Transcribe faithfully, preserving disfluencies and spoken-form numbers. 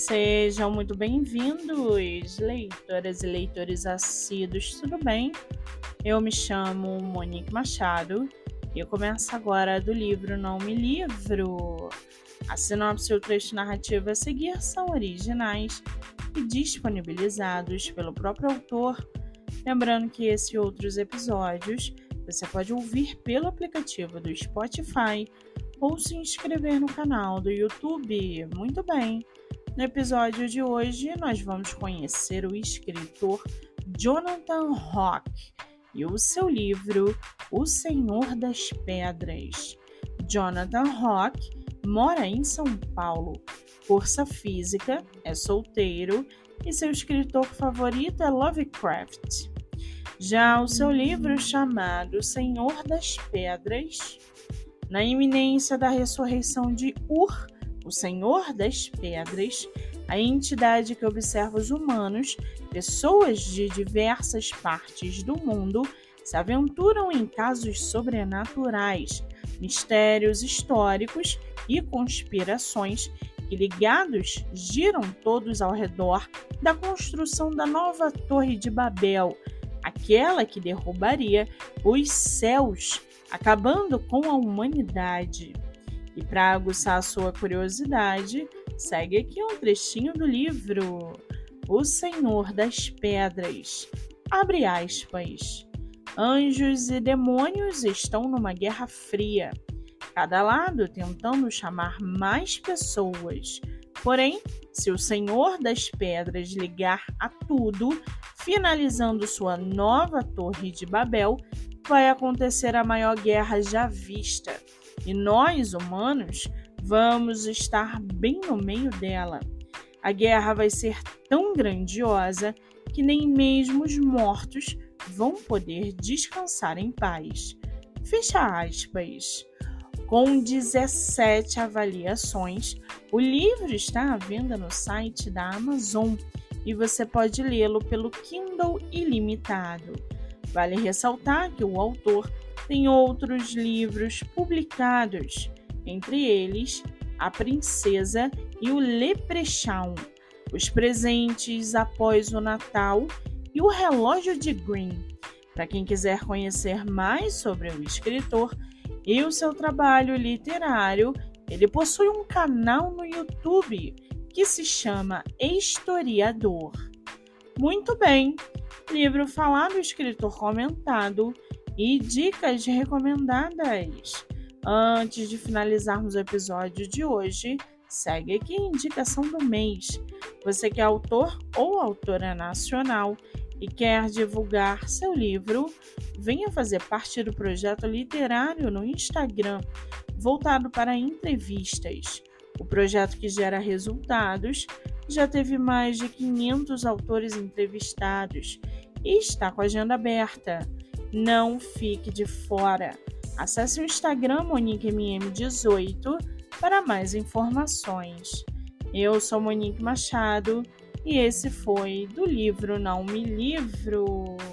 Sejam muito bem-vindos, leitoras e leitores assíduos, tudo bem? Eu me chamo Monique Machado e eu começo agora do livro Não Me Livro. A sinopse e o trecho narrativo a seguir são originais e disponibilizados pelo próprio autor. Lembrando que esse e outros episódios você pode ouvir pelo aplicativo do Spotify ou se inscrever no canal do YouTube. Muito bem! No episódio de hoje, nós vamos conhecer o escritor Jonathan Rock e o seu livro O Senhor das Pedras. Jonathan Rock mora em São Paulo, cursa física, é solteiro e seu escritor favorito é Lovecraft. Já o seu livro chamado Senhor das Pedras, na iminência da ressurreição de Ur, o Senhor das Pedras, a entidade que observa os humanos, pessoas de diversas partes do mundo, se aventuram em casos sobrenaturais, mistérios históricos e conspirações que, ligados, giram todos ao redor da construção da nova Torre de Babel, aquela que derrubaria os céus, acabando com a humanidade. E para aguçar a sua curiosidade, segue aqui um trechinho do livro O Senhor das Pedras. Abre aspas. Anjos e demônios estão numa guerra fria, cada lado tentando chamar mais pessoas. Porém, se o Senhor das Pedras ligar a tudo, finalizando sua nova Torre de Babel, vai acontecer a maior guerra já vista. E nós, humanos, vamos estar bem no meio dela. A guerra vai ser tão grandiosa que nem mesmo os mortos vão poder descansar em paz. Fecha aspas. Com dezessete avaliações, o livro está à venda no site da Amazon e você pode lê-lo pelo Kindle Ilimitado. Vale ressaltar que o autor tem outros livros publicados, entre eles A Princesa e o Leprechaun, Os Presentes Após o Natal e O Relógio de Green. Para quem quiser conhecer mais sobre o escritor e o seu trabalho literário, ele possui um canal no YouTube que se chama Historiador. Muito bem, livro falado, escritor comentado e dicas recomendadas. Antes de finalizarmos o episódio de hoje, segue aqui a indicação do mês. Você que é autor ou autora nacional e quer divulgar seu livro, venha fazer parte do projeto literário no Instagram, voltado para entrevistas. O projeto que gera resultados já teve mais de quinhentos autores entrevistados e está com a agenda aberta. Não fique de fora. Acesse o Instagram Monique M M dezoito para mais informações. Eu sou Monique Machado e esse foi do livro Não Me Livro.